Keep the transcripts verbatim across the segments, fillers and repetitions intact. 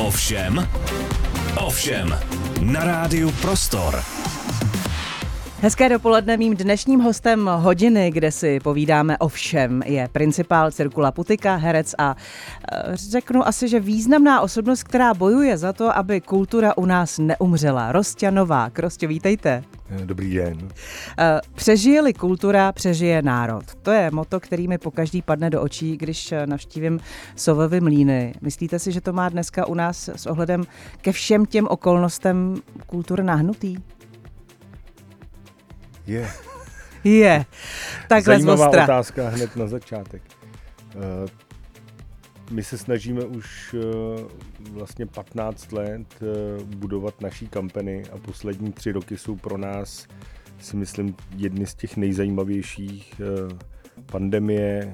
Ovšem, ovšem, na rádiu Prostor. Hezké dopoledne, mým dnešním hostem hodiny, kde si povídáme o všem, je principál Cirkula Putika, herec a řeknu asi, že významná osobnost, která bojuje za to, aby kultura u nás neumřela. Rosťa Novák. Rostě, vítejte. Dobrý den. Přežije-li kultura, přežije národ. To je motto, který mi pokaždý padne do očí, když navštívím Sovovy mlýny. Myslíte si, že to má dneska u nás s ohledem ke všem těm okolnostem kultury nahnutý? Je. Je. Takhle Zajímavá zostra. otázka hned na začátek. My se snažíme už vlastně patnáct let budovat naší kampany a poslední tři roky jsou pro nás, si myslím, jedny z těch nejzajímavějších. Pandemie,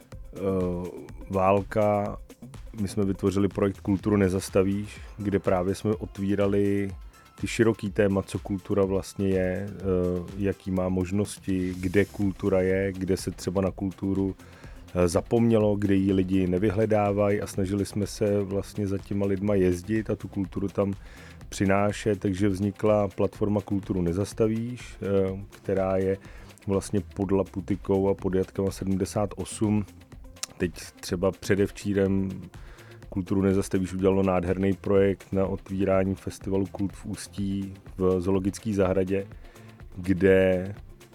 válka. My jsme vytvořili projekt Kulturu nezastavíš, kde právě jsme otvírali ty široký téma, co kultura vlastně je, jaký má možnosti, kde kultura je, kde se třeba na kulturu zapomnělo, kde ji lidi nevyhledávají a snažili jsme se vlastně za těma lidma jezdit a tu kulturu tam přinášet, takže vznikla platforma Kulturu nezastavíš, která je vlastně pod Laputikou a pod Jatkama sedmdesát osm. Teď třeba předevčírem Kulturu nezastavíš udělalo nádherný projekt na otvírání festivalu Kult v Ústí v zoologické zahradě, kde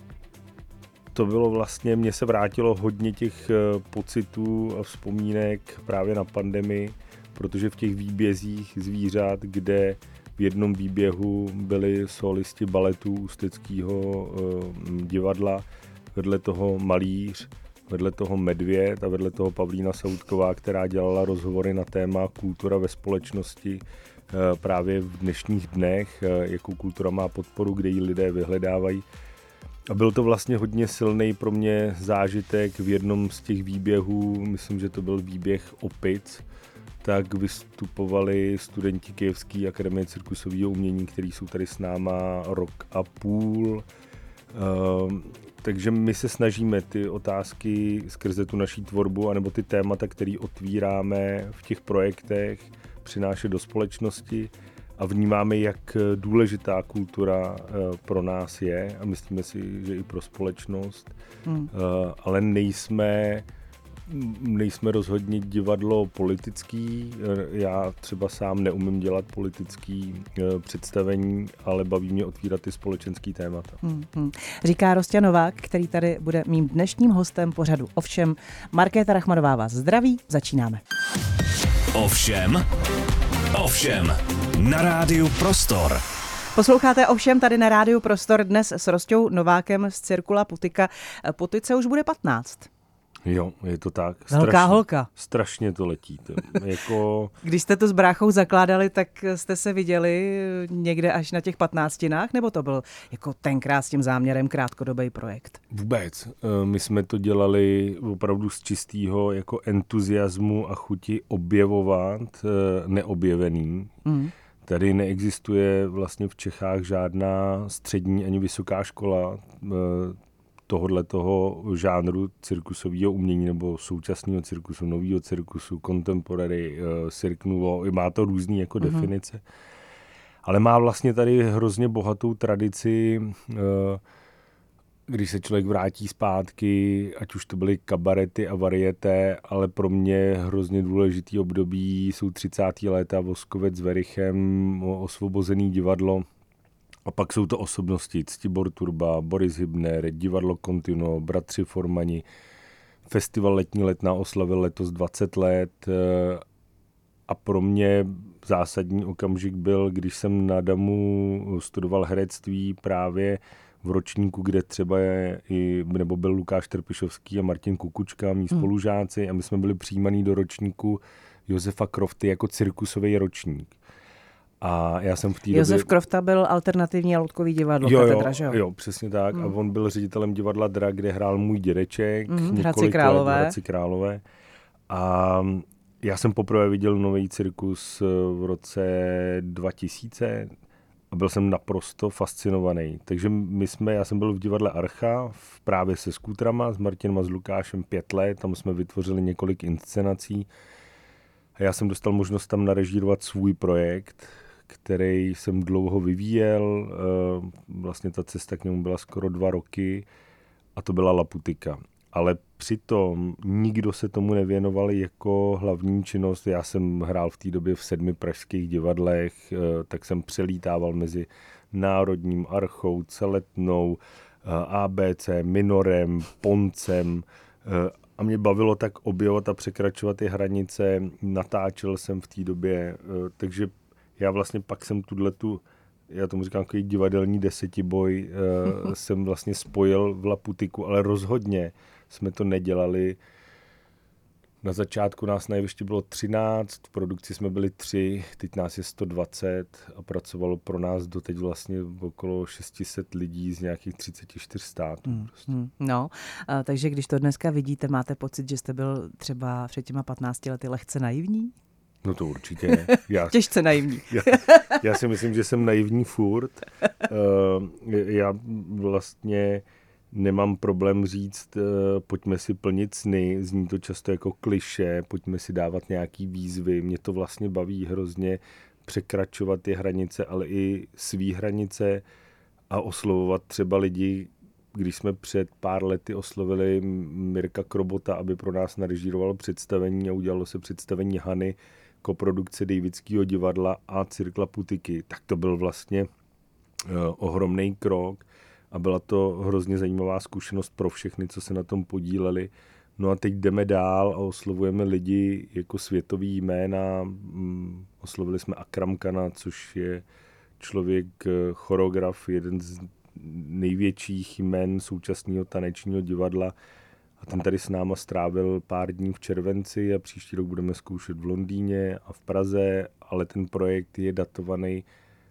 to bylo vlastně, mně se vrátilo hodně těch pocitů a vzpomínek právě na pandemii, protože v těch výbězích zvířat, kde v jednom výběhu byli solisti baletu Ústeckého divadla, vedle toho malíř, vedle toho medvěd a vedle toho Pavlína Sautková, která dělala rozhovory na téma kultura ve společnosti právě v dnešních dnech, jakou kultura má podporu, kde ji lidé vyhledávají. A byl to vlastně hodně silný pro mě zážitek v jednom z těch výběhů, myslím, že to byl výběh opic, tak vystupovali studenti Kyjevské akademie cirkusového umění, kteří jsou tady s náma rok a půl. Takže my se snažíme ty otázky skrze tu naší tvorbu anebo ty témata, které otvíráme v těch projektech, přinášet do společnosti a vnímáme, jak důležitá kultura pro nás je a myslíme si, že i pro společnost, hmm. ale nejsme, nejsme rozhodně divadlo politický. Já třeba sám neumím dělat politický představení, ale baví mě otvírat ty společenský témata. Hmm, hmm. Říká Rosťa Novák, který tady bude mým dnešním hostem pořadu Ovšem. Markéta Rachmanová vás zdraví, začínáme. Ovšem, ovšem, na rádiu Prostor. Posloucháte Ovšem tady na rádiu Prostor dnes s Rosťou Novákem z Cirkula Putika. Putice už bude patnáct. Jo, je to tak. Velká strašně, holka. Strašně to letí. To. Jako... Když jste to s bráchou zakládali, tak jste se viděli někde až na těch patnáctinách, nebo to byl jako tenkrát s tím záměrem krátkodobý projekt? Vůbec. My jsme to dělali opravdu z čistého jako entuziasmu a chuti objevovat neobjevený. Mm. Tady neexistuje vlastně v Čechách žádná střední ani vysoká škola tohodle toho žánru cirkusového umění nebo současného cirkusu, nového cirkusu, contemporary, uh, cirque nouveau, má to různý jako mm-hmm. definice. Ale má vlastně tady hrozně bohatou tradici, uh, když se člověk vrátí zpátky, ať už to byly kabarety a varieté, ale pro mě hrozně důležitý období jsou třicátá léta, Voskovec s Werichem, Osvobozený divadlo. A pak jsou to osobnosti Ctibor Turba, Boris Hybner, divadlo Continuo, bratři Formani, festival Letní letná oslavil letos dvacet let a pro mě zásadní okamžik byl, když jsem na Damu studoval herectví právě v ročníku, kde třeba je i, nebo byl Lukáš Trpišovský a Martin Kukučka, mý hmm. spolužáci a my jsme byli přijímaní do ročníku Josefa Krofty jako cirkusový ročník. A já jsem v té Josef době... Krofta byl alternativní loutkový divadlo, jo, katedra, že jo? Jo, přesně tak. Hmm. A on byl ředitelem divadla Dra, kde hrál můj dědeček. Hmm, Hradci Králové. Hradci Králové. A já jsem poprvé viděl nový cirkus v roce dva tisíce a byl jsem naprosto fascinovaný. Takže my jsme, já jsem byl v divadle Archa v, právě se skútrama s Martinem a s Lukášem pět let, tam jsme vytvořili několik inscenací. A já jsem dostal možnost tam narežírovat svůj projekt, který jsem dlouho vyvíjel. Vlastně ta cesta k němu byla skoro dva roky a to byla Laputika. Ale přitom nikdo se tomu nevěnoval jako hlavní činnost. Já jsem hrál v té době v sedmi pražských divadlech, tak jsem přelítával mezi Národním, Archou, Celetnou, á bé cé, Minorem, Poncem a mě bavilo tak objevovat a překračovat ty hranice. Natáčel jsem v té době, takže já vlastně pak jsem tuto, já tomu říkám takový divadelní desetiboj, jsem vlastně spojil v Laputiku, ale rozhodně jsme to nedělali. Na začátku nás na jevišti bylo třináct, v produkci jsme byli tři, teď nás je sto dvacet a pracovalo pro nás doteď vlastně okolo šest set lidí z nějakých třicet čtyři států. Hmm, prostě. hmm, no, a, takže když to dneska vidíte, máte pocit, že jste byl třeba před těma patnácti lety lehce naivní? No to určitě ne. Já, Těžce naivní. já, já si myslím, že jsem naivní furt. Uh, já vlastně nemám problém říct, uh, pojďme si plnit sny, zní to často jako klišé, pojďme si dávat nějaký výzvy. Mě to vlastně baví hrozně překračovat ty hranice, ale i svý hranice a oslovovat třeba lidi, když jsme před pár lety oslovili Mirka Krobota, aby pro nás narežíroval představení a udělalo se představení Hany, koprodukce Davidského divadla a Cirk Laputiky, tak to byl vlastně uh, ohromný krok a byla to hrozně zajímavá zkušenost pro všechny, co se na tom podíleli. No a teď jdeme dál a oslovujeme lidi jako světový jména. Um, oslovili jsme Akram Khana, což je člověk, choreograf, jeden z největších jmén současného tanečního divadla. A ten tady s náma strávil pár dní v červenci a příští rok budeme zkoušet v Londýně a v Praze, ale ten projekt je datovaný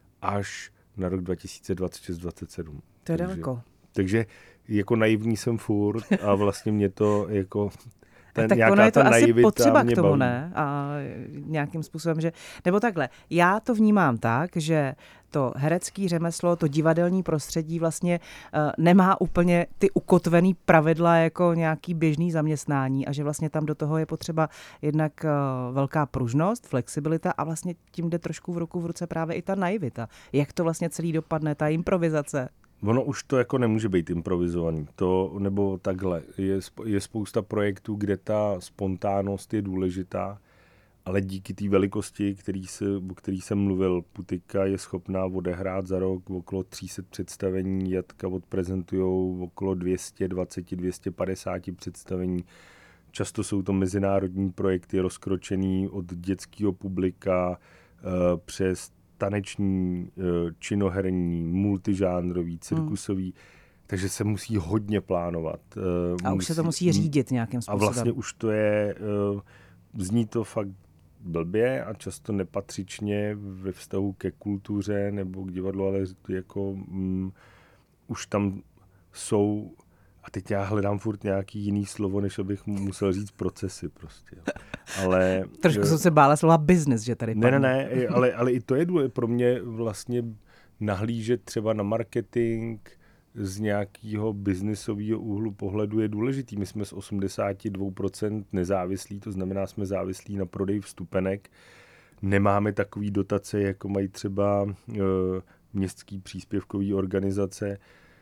až na rok dva tisíce dvacet šest dvacet sedm. To je takže, daleko. Takže jako naivní jsem furt a vlastně mě to jako... Ten, tak ono je to asi potřeba k tomu, baví. Ne? A nějakým způsobem, že... Nebo takhle, já to vnímám tak, že to herecký řemeslo, to divadelní prostředí vlastně uh, nemá úplně ty ukotvený pravidla jako nějaký běžný zaměstnání a že vlastně tam do toho je potřeba jednak uh, velká pružnost, flexibilita a vlastně tím jde trošku v ruku v ruce právě i ta naivita. Jak to vlastně celý dopadne, ta improvizace? Ono už to jako nemůže být improvizovaný, to, nebo takhle. Je, je spousta projektů, kde ta spontánnost je důležitá, ale díky té velikosti, který, se, o který jsem mluvil, Putika je schopná odehrát za rok okolo tři sta představení, Jatka odprezentujou okolo dvě stě dvacet až dvě stě padesát představení. Často jsou to mezinárodní projekty rozkročený od dětského publika e, přes taneční, činoherní, multižánrový, cirkusový, hmm. takže se musí hodně plánovat. A musí, už se to musí řídit nějakým způsobem. A vlastně už to je, zní to fakt blbě a často nepatřičně ve vztahu ke kultuře nebo k divadlu, ale jako um, už tam jsou, a teď já hledám furt nějaký jiný slovo, než abych musel říct procesy prostě. Ale, trošku jsem se bála slova business, že tady Ne, ne, ne, ale, ale i to je důležité pro mě vlastně nahlížet třeba na marketing z nějakého biznisového úhlu pohledu je důležitý. My jsme z osmdesát dva procent nezávislí, to znamená, jsme závislí na prodeji vstupenek. Nemáme takový dotace, jako mají třeba e, městský příspěvkový organizace,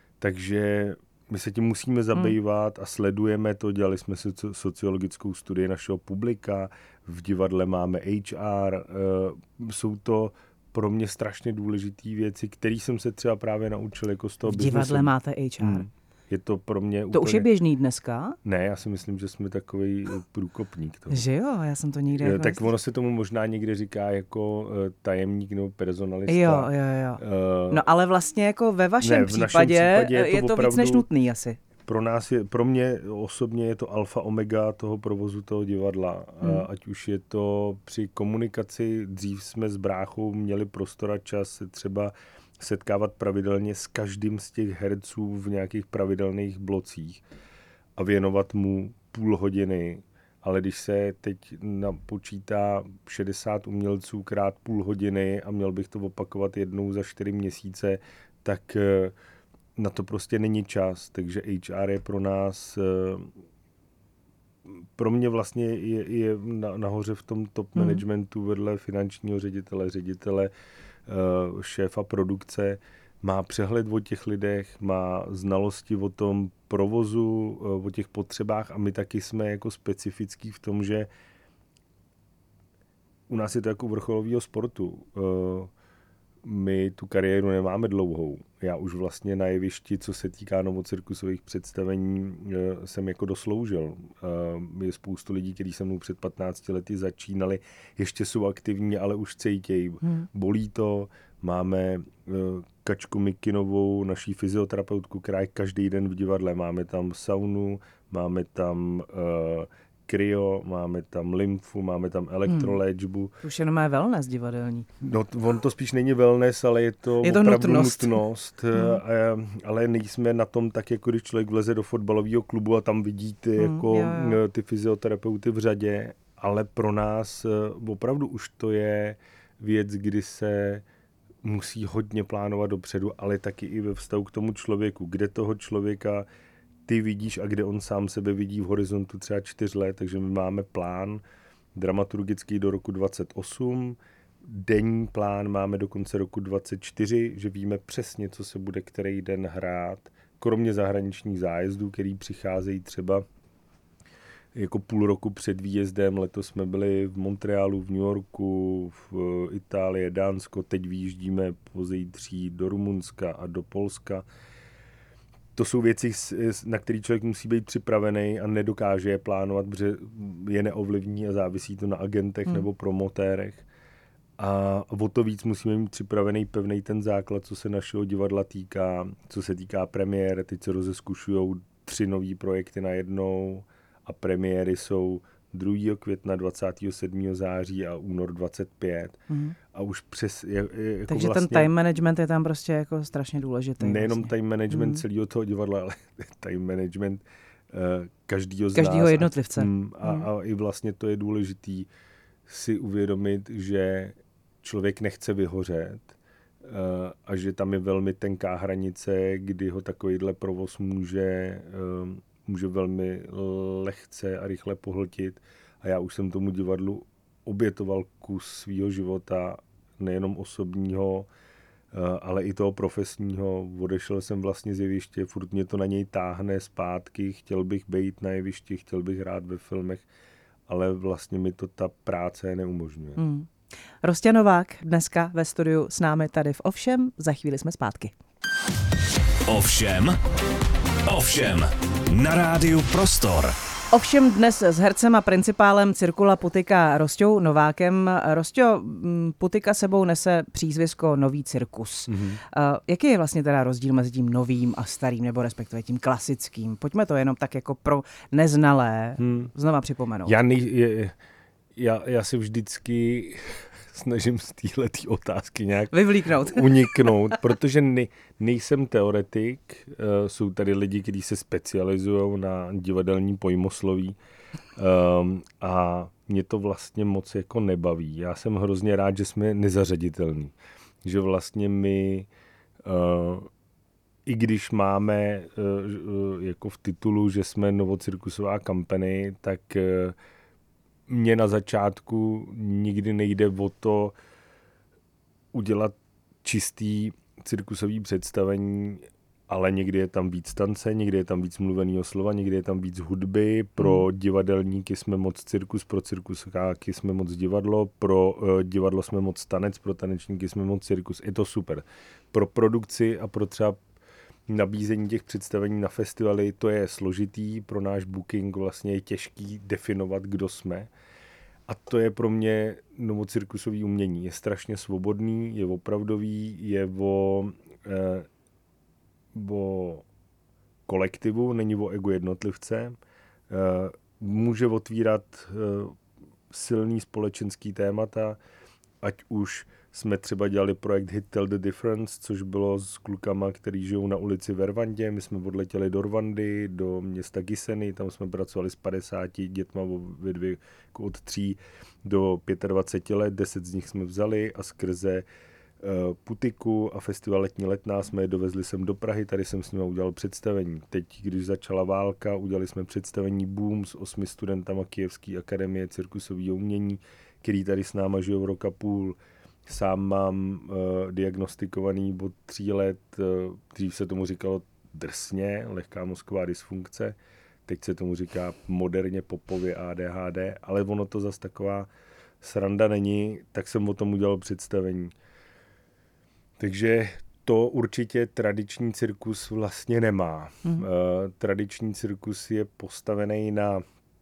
takže my se tím musíme zabývat a sledujeme to. Dělali jsme si sociologickou studii našeho publika, v divadle máme há er, jsou to pro mě strašně důležité věci, které jsem se třeba právě naučil jako z toho v biznesu. V divadle máte há er? Hmm. Je to pro mě To úplně... už je běžný dneska? Ne, já si myslím, že jsme takový průkopník toho. Že jo, já jsem to někde... Je, tak ono se tomu možná někde říká jako uh, tajemník nebo personalista. Jo, jo, jo. Uh, no ale vlastně jako ve vašem ne, v případě, případě je to, je to víc než nutný asi. Pro nás je, pro mě osobně je to alfa omega toho provozu toho divadla. Hmm. Ať už je to při komunikaci, dřív jsme s bráchou měli prostor a čas se třeba setkávat pravidelně s každým z těch herců v nějakých pravidelných blocích a věnovat mu půl hodiny. Ale když se teď napočítá šedesát umělců krát půl hodiny a měl bych to opakovat jednou za čtyři měsíce, tak na to prostě není čas. Takže há er je pro nás pro mě vlastně je, je na, nahoře v tom top hmm. managementu vedle finančního ředitele, ředitele, uh, šéfa produkce, má přehled o těch lidech, má znalosti o tom provozu, uh, o těch potřebách a my taky jsme jako specifický v tom, že u nás je to jako vrcholového sportu. Uh, my tu kariéru nemáme dlouhou. Já už vlastně na jevišti, co se týká novocirkusových představení, jsem jako dosloužil. Je spoustu lidí, kteří se mnou před patnácti lety začínali, ještě jsou aktivní, ale už cejtějí. Hmm. Bolí to. Máme Kačku Mikinovou, naší fyzioterapeutku, která je každý den v divadle. Máme tam saunu, máme tam uh, kryo, máme tam lymfu, máme tam elektroléčbu. Hmm. To už jenom je wellness divadelní. No, on to spíš není wellness, ale je to, je to opravdu nutnost. nutnost. Hmm. Ale nejsme na tom tak, jako když člověk vleze do fotbalového klubu a tam vidí ty, hmm, jako, jo, jo. ty fyzioterapeuty v řadě, ale pro nás opravdu už to je věc, kdy se musí hodně plánovat dopředu, ale taky i ve vztahu k tomu člověku, kde toho člověka ty vidíš a kde on sám sebe vidí v horizontu třeba čtyř let, takže my máme plán dramaturgický do roku dvacet osm, denní plán máme do konce roku dvacet čtyři, že víme přesně, co se bude který den hrát, kromě zahraničních zájezdů, který přicházejí třeba jako půl roku před výjezdem. Letos jsme byli v Montrealu, v New Yorku, v Itálii, Dánsko, teď vyjíždíme pozítří do Rumunska a do Polska. To jsou věci, na které člověk musí být připravený a nedokáže je plánovat, protože je neovlivní a závisí to na agentech hmm. nebo promotérech. A o to víc musíme mít připravený pevný ten základ, co se našeho divadla týká, co se týká premiér. Teď se rozeskušujou tři nový projekty najednou a premiéry jsou druhého května, dvacátého sedmého září a únor dvacet pět. Mm. A už přes... Je, je, jako Takže vlastně, ten time management je tam prostě jako strašně důležitý. Nejenom vlastně. time management mm. celého toho divadla, ale time management uh, každýho z každýho nás. jednotlivce. A, mm, a, mm. a i vlastně to je důležitý si uvědomit, že člověk nechce vyhořet uh, a že tam je velmi tenká hranice, kdy ho takovýhle provoz může... Uh, může velmi lehce a rychle pohltit. A já už jsem tomu divadlu obětoval kus svýho života, nejenom osobního, ale i toho profesního. Odešel jsem vlastně z jeviště, furt mě to na něj táhne zpátky, chtěl bych být na jevišti, chtěl bych hrát ve filmech, ale vlastně mi to ta práce neumožňuje. Hmm. Rostě Novák dneska ve studiu s námi tady v Ovšem, za chvíli jsme zpátky. Ovšem, ovšem, na rádiu Prostor. Ovšem dnes s hercem a principálem Cirkula Putika Rostou Novákem. Rostě, Putika sebou nese přízvisko Nový cirkus. Mm-hmm. Uh, jaký je vlastně teda rozdíl mezi tím novým a starým, nebo respektive tím klasickým? Pojďme to jenom tak jako pro neznalé hmm. znova připomenout. Já, nej, je, já, já si vždycky... snažím z téhletý otázky nějak vyvlíknout. uniknout, protože ne, nejsem teoretik, uh, jsou tady lidi, kteří se specializují na divadelní pojmosloví um, a mě to vlastně moc jako nebaví. Já jsem hrozně rád, že jsme nezařaditelní, že vlastně my, uh, i když máme uh, jako v titulu, že jsme novocirkusová company, tak uh, mně na začátku nikdy nejde o to udělat čistý cirkusový představení, ale někdy je tam víc tance, někdy je tam víc mluvenýho slova, někdy je tam víc hudby. Pro hmm. divadelníky jsme moc cirkus, pro cirkuskáky jsme moc divadlo, pro uh, divadlo jsme moc tanec, pro tanečníky jsme moc cirkus. Je to super. Pro produkci a pro třeba nabízení těch představení na festivaly, to je složitý, pro náš booking vlastně je těžký definovat, kdo jsme. A to je pro mě novocirkusový umění. Je strašně svobodný, je opravdový, je o, eh, o kolektivu, není o ego jednotlivce. Eh, může otvírat eh, silný společenský témata, ať už jsme třeba dělali projekt Hit Tell the Difference, což bylo s klukama, kteří žijou na ulici ve Rwandě. My jsme odletěli do Rwandy, do města Giseny, tam jsme pracovali s padesáti dětma ve dvě, jako od tří do dvaceti pěti let, deset z nich jsme vzali a skrze Putiku a festival Letní letná jsme je dovezli sem do Prahy, tady jsem s nimi udělal představení. Teď, když začala válka, udělali jsme představení Boom s osmi studentama Kyjevské akademie cirkusového umění, který tady s náma žijou rok a půl. Sám mám uh, diagnostikovaný od tří let, uh, dřív se tomu říkalo drsně, lehká mozková dysfunkce, teď se tomu říká moderně popově A D H D, ale ono to zas taková sranda není, tak jsem o tom udělal představení. Takže to určitě tradiční cirkus vlastně nemá. Mm. Uh, tradiční cirkus je postavený na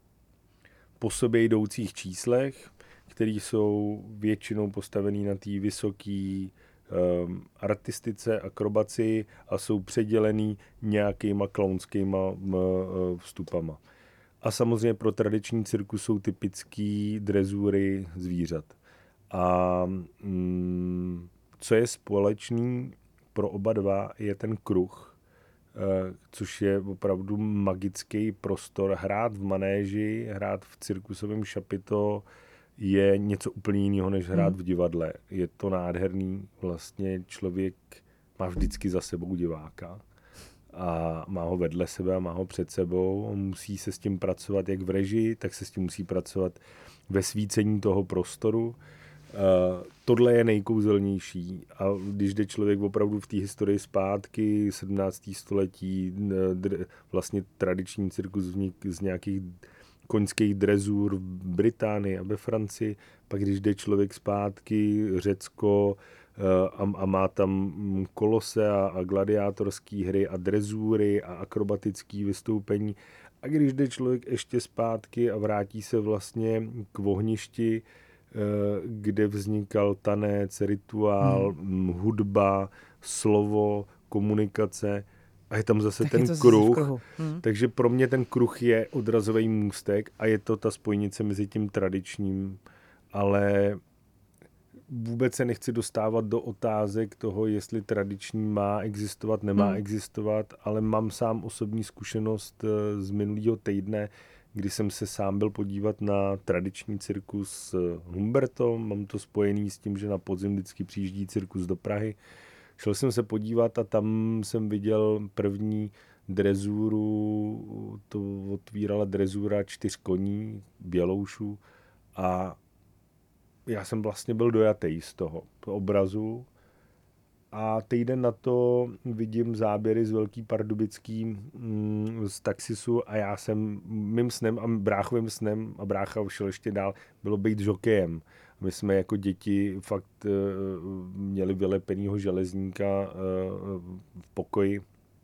po sobě jdoucích číslech, které jsou většinou postavený na té vysoké um, artistice, akrobaci a jsou předělený nějakýma klaunskýma um, vstupama. A samozřejmě pro tradiční cirkus jsou typický drezury zvířat. A um, co je společný pro oba dva, je ten kruh, což je opravdu magický prostor. Hrát v manéži, hrát v cirkusovém šapito je něco úplně jiného, než hrát v divadle. Je to nádherný. Vlastně člověk má vždycky za sebou diváka a má ho vedle sebe a má ho před sebou. Musí se s tím pracovat jak v režii, tak se s tím musí pracovat ve svícení toho prostoru. Uh, tohle je nejkouzelnější a když jde člověk opravdu v té historii zpátky, sedmnáctého století, dr, vlastně tradiční cirkus vznik z nějakých koňských drezur v Británii a ve Francii, pak když jde člověk zpátky, Řecko uh, a, a má tam kolose a, a gladiátorské hry a drezury a akrobatické vystoupení a když jde člověk ještě zpátky a vrátí se vlastně k ohništi, kde vznikal tanec, rituál, hmm. hudba, slovo, komunikace a je tam zase tak ten kruh. Hmm. Takže pro mě ten kruh je odrazový můstek a je to ta spojnice mezi tím tradičním, ale vůbec se nechci dostávat do otázek toho, jestli tradiční má existovat, nemá hmm. existovat, ale mám sám osobní zkušenost z minulého týdne, kdy jsem se sám byl podívat na tradiční cirkus Humberto. Mám to spojený s tím, že na podzim vždycky přijíždí cirkus do Prahy. Šel jsem se podívat a tam jsem viděl první drezuru, to otvírala drezura čtyř koní, běloušů a já jsem vlastně byl dojatý z toho obrazu. A týden na to vidím záběry z Velký Pardubický mm, z Taxisu a já jsem mým snem a bráchovým snem a brácha šel ještě dál, bylo být žokejem. My jsme jako děti fakt uh, měli vylepenýho železníka uh, v pokoji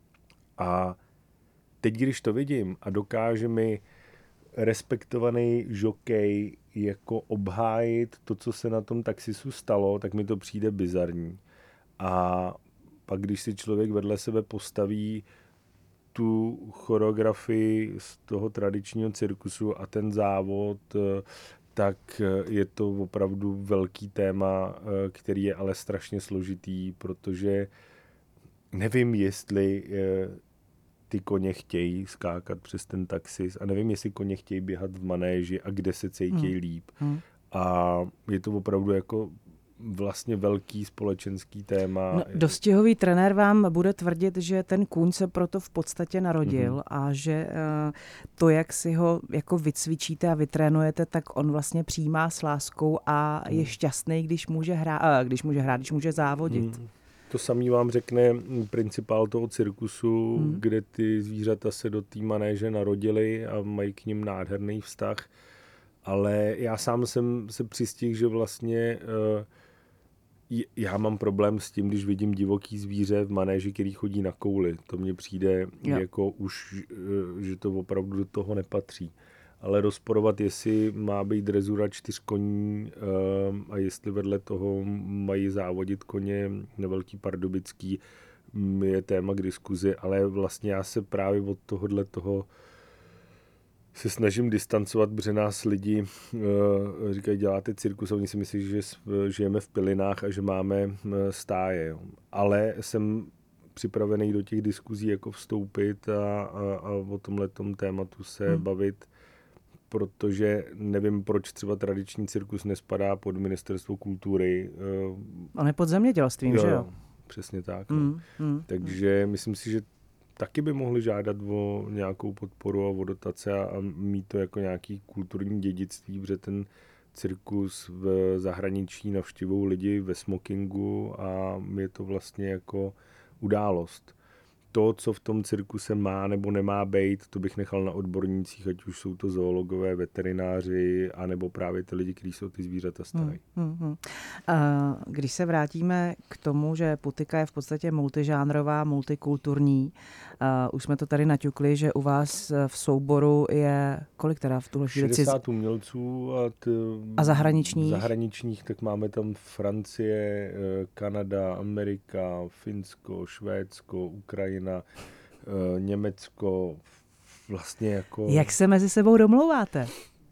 a teď, když to vidím a dokáže mi respektovaný žokej jako obhájit to, co se na tom Taxisu stalo, tak mi to přijde bizarní. A pak, když si člověk vedle sebe postaví tu choreografii z toho tradičního cirkusu a ten závod, tak je to opravdu velký téma, který je ale strašně složitý, protože nevím, jestli ty koně chtějí skákat přes ten Taxis a nevím, jestli koně chtějí běhat v manéži a kde se cítějí hmm. líp. Hmm. A je to opravdu jako vlastně velký společenský téma. No, dostihový trenér vám bude tvrdit, že ten kůň se proto v podstatě narodil mm-hmm. a že uh, to, jak si ho jako vycvičíte a vytrénujete, tak on vlastně přijímá s láskou a mm. je šťastný, když může hrát, uh, když může hrát, když může závodit. Mm. To samý vám řekne principál toho cirkusu, mm. kde ty zvířata se do té manéže narodily a mají k nim nádherný vztah. Ale já sám jsem se přistihl, že vlastně uh, já mám problém s tím, když vidím divoký zvíře v manéži, který chodí na kouli. To mně přijde jo. jako už, že to opravdu do toho nepatří. Ale rozporovat, jestli má být drezura čtyř koní a jestli vedle toho mají závodit koně na Velký Pardubický, je téma k diskuzi, ale vlastně já se právě od tohohle toho se snažím distancovat, protože nás lidi uh, říkají, děláte cirkus a oni si myslí, že žijeme v pilinách a že máme stáje. Jo. Ale jsem připravený do těch diskuzí jako vstoupit a, a, a o tomhletom tématu se hmm. bavit, protože nevím, proč třeba tradiční cirkus nespadá pod ministerstvo kultury. On je pod zemědělstvím, jo, že jo? Přesně tak. Mm, mm, Takže mm. myslím si, že taky by mohli žádat o nějakou podporu a o dotace a, a mít to jako nějaký kulturní dědictví, protože ten cirkus v zahraničí navštěvují lidi ve smokingu a je to vlastně jako událost. To, co v tom cirkuse má nebo nemá být, to bych nechal na odbornících, ať už jsou to zoologové, veterináři, anebo právě ty lidi, kteří jsou ty zvířata starají. Hmm, hmm. Uh, když se vrátíme k tomu, že Putika je v podstatě multižánrová, multikulturní, uh, už jsme to tady naťukli, že u vás v souboru je, kolik teda v tuhle chvíli? šedesát umělců a, t, a zahraničních? zahraničních, tak máme tam Francie, Kanada, Amerika, Finsko, Švédsko, Ukrajina, Německo, vlastně jako... Jak se mezi sebou domlouváte?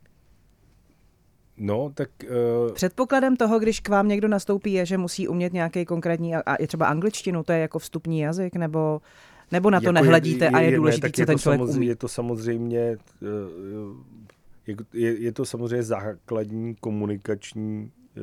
No, tak... Uh... Předpokladem toho, když k vám někdo nastoupí, je, že musí umět nějaký konkrétní, a je třeba angličtinu, to je jako vstupní jazyk, nebo, nebo na to jako nehledíte je, je, a je důležité, co ten člověk umí? Je to samozřejmě... Je, je, je to samozřejmě základní komunikační uh,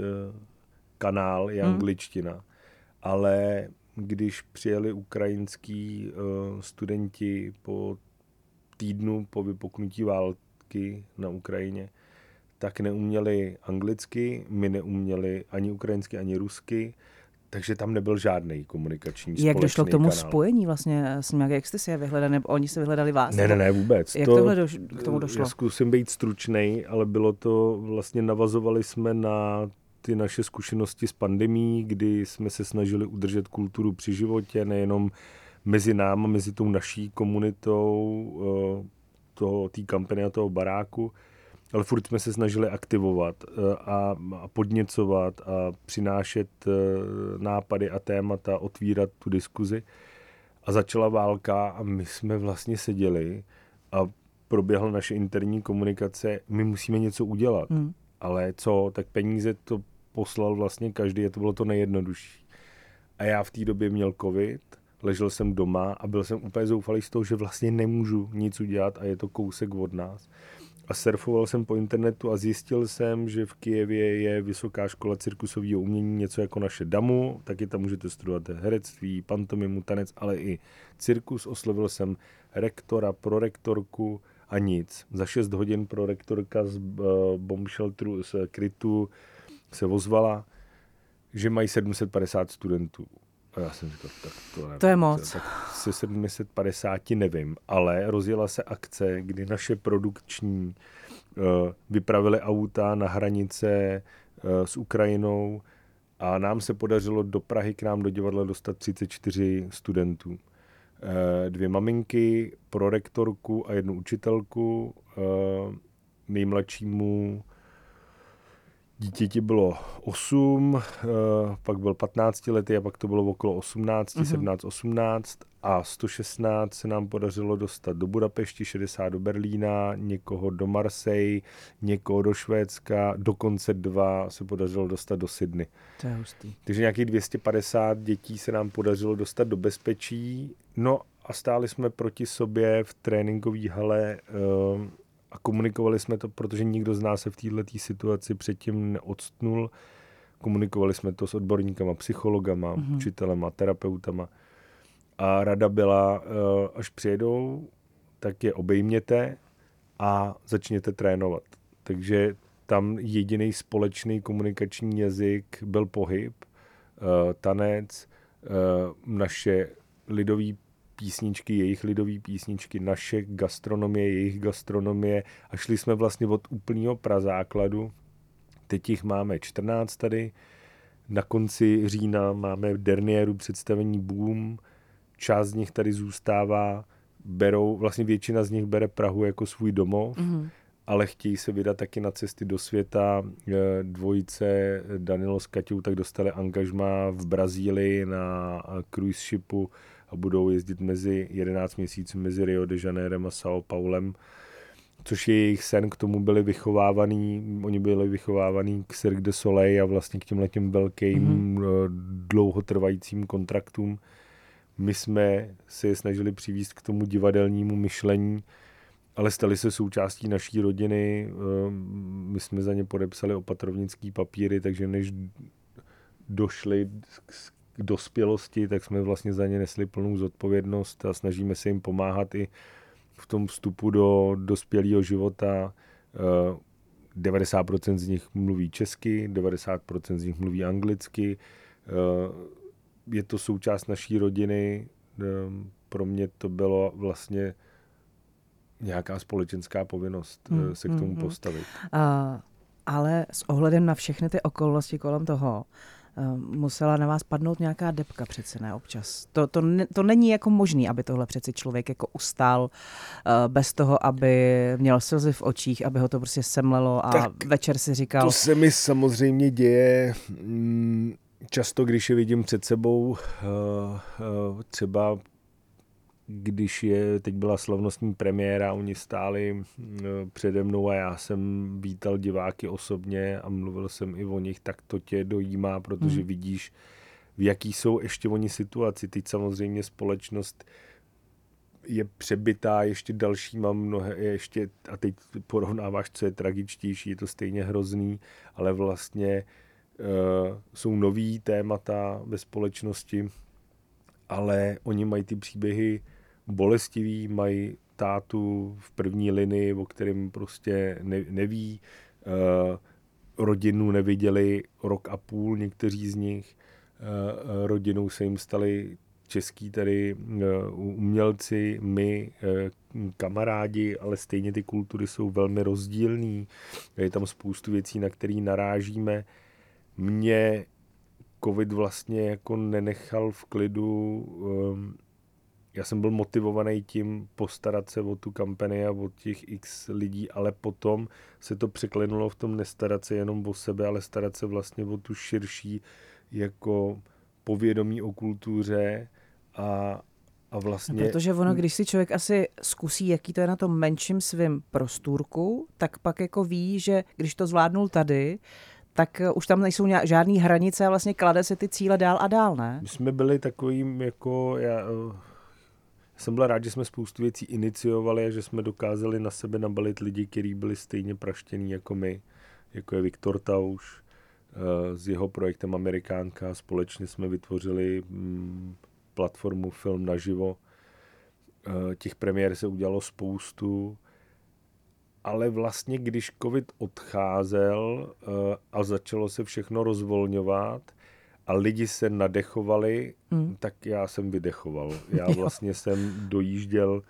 kanál, je angličtina, hmm. ale když přijeli ukrajinský uh, studenti po týdnu po vypuknutí války na Ukrajině, tak neuměli anglicky, my neuměli ani ukrajinsky, ani rusky, takže tam nebyl žádný komunikační společný Jak došlo k tomu kanál. Spojení vlastně s nimi? Jak jste si je vyhledali, nebo oni se vyhledali vás? Ne, ne, ne, vůbec. Jak to, tohle do, k tomu došlo? Já zkusím být stručnej, ale bylo to, vlastně navazovali jsme na ty naše zkušenosti s pandemií, kdy jsme se snažili udržet kulturu při životě, nejenom mezi náma, mezi tou naší komunitou, toho, té kampany a toho baráku, ale furt jsme se snažili aktivovat a, a podněcovat a přinášet nápady a témata, otvírat tu diskuzi. A začala válka a my jsme vlastně seděli a proběhla naše interní komunikace, my musíme něco udělat. Hmm. Ale co, tak peníze to poslal vlastně každý, to bylo to nejjednodušší. A já v té době měl covid, ležel jsem doma a byl jsem úplně zoufalý z toho, že vlastně nemůžu nic udělat a je to kousek od nás. A surfoval jsem po internetu a zjistil jsem, že v Kyjevě je Vysoká škola cirkusového umění, něco jako naše DAMU, taky tam můžete studovat herectví, pantomimu, tanec, ale i cirkus. Oslovil jsem rektora, prorektorku a nic. Za šest hodin prorektorka z uh, bomb shelteru, z krytu se ozvala, že mají sedm set padesát studentů. A já jsem říkal, tak to nevím. To je moc. Tak se sedm set padesát nevím, ale rozjela se akce, kdy naše produkční uh, vypravili auta na hranice uh, s Ukrajinou a nám se podařilo do Prahy k nám do divadla dostat třicet čtyři studentů. Uh, dvě maminky, prorektorku a jednu učitelku. Uh, nejmladšímu dítěti bylo osm, uh, pak byl patnáctiletý a pak to bylo okolo osmnáct, mm-hmm. sedmnáct, osmnáct a sto šestnáct se nám podařilo dostat do Budapešti, šedesát do Berlína, někoho do Marseille, někoho do Švédska, dokonce dva se podařilo dostat do Sydney. To je hustý. Takže nějakých dvě stě padesát dětí se nám podařilo dostat do bezpečí. No a stáli jsme proti sobě v tréninkové hale uh, a komunikovali jsme to, protože nikdo z nás se v této situaci předtím neodstnul. Komunikovali jsme to s odborníkama, psychologama, mm-hmm. učitelema, terapeutama. A rada byla, až přijedou, tak je obejměte a začněte trénovat. Takže tam jediný společný komunikační jazyk byl pohyb, tanec, naše lidový písničky, jejich lidové písničky, naše gastronomie, jejich gastronomie a šli jsme vlastně od úplného prazákladu. Teď jich máme čtrnáct tady. Na konci října máme v Dernieru představení Boom. Část z nich tady zůstává, berou, vlastně většina z nich bere Prahu jako svůj domov, mm-hmm. ale chtějí se vydat taky na cesty do světa. Dvojice Danilo s Kaťou tak dostali angažmá v Brazílii na cruise shipu a budou jezdit mezi jedenáct měsíců mezi Rio de Janeirem a São Paulem, což je jejich sen, k tomu byli vychovávaný, oni byli vychovávaný k Cirque du Soleil a vlastně k těmhletěm velkým mm-hmm. dlouhotrvajícím kontraktům. My jsme se je snažili přivést k tomu divadelnímu myšlení, ale stali se součástí naší rodiny. My jsme za ně podepsali opatrovnický papíry, takže než došli k dospělosti, tak jsme vlastně za ně nesli plnou zodpovědnost a snažíme se jim pomáhat i v tom vstupu do dospělého života. devadesát procent z nich mluví česky, devadesát procent z nich mluví anglicky. Je to součást naší rodiny. Pro mě to bylo vlastně nějaká společenská povinnost hmm, se k tomu hmm, postavit. Uh, ale s ohledem na všechny ty okolnosti kolem toho, uh, musela na vás padnout nějaká depka přece, ne občas. To, to, ne, to není jako možný, aby tohle přeci člověk jako ustál uh, bez toho, aby měl slzy v očích, aby ho to prostě semlelo a tak večer si říkal... To se mi samozřejmě děje často, když je vidím před sebou, uh, uh, třeba když je, teď byla slavnostní premiéra, oni stáli přede mnou a já jsem vítal diváky osobně a mluvil jsem i o nich, tak to tě dojímá, protože hmm. vidíš, v jaký jsou ještě oni situaci. Teď samozřejmě společnost je přebytá ještě dalšíma mnohé, ještě, a teď porovnáváš, co je tragičtější, je to stejně hrozný, ale vlastně uh, jsou nový témata ve společnosti, ale oni mají ty příběhy bolestivý, mají tátu v první linii, o kterém prostě ne, neví, uh, rodinu neviděli rok a půl, někteří z nich, uh, rodinou se jim stali český tady uh, umělci, my, uh, kamarádi, ale stejně ty kultury jsou velmi rozdílný, je tam spoustu věcí, na které narážíme. Mě covid vlastně jako nenechal v klidu. Um, já jsem byl motivovaný tím postarat se o tu kampani a o těch x lidí, ale potom se to překlenulo v tom nestarat se jenom o sebe, ale starat se vlastně o tu širší jako povědomí o kultuře a, a vlastně... No, protože ono, když si člověk asi zkusí, jaký to je na tom menším svým prostůrku, tak pak jako ví, že když to zvládnul tady, tak už tam nejsou žádný hranice a vlastně klade se ty cíle dál a dál, ne? My jsme byli takovým jako... Já, jsem byl rád, že jsme spoustu věcí iniciovali a že jsme dokázali na sebe nabalit lidi, kteří byli stejně praštění jako my, jako je Viktor Tauš s jeho projektem Amerikánka. Společně jsme vytvořili platformu Film naživo. Těch premiér se udělalo spoustu, ale vlastně když covid odcházel a začalo se všechno rozvolňovat, a lidi se nadechovali, hmm. tak já jsem vydechoval. Já vlastně jsem dojížděl,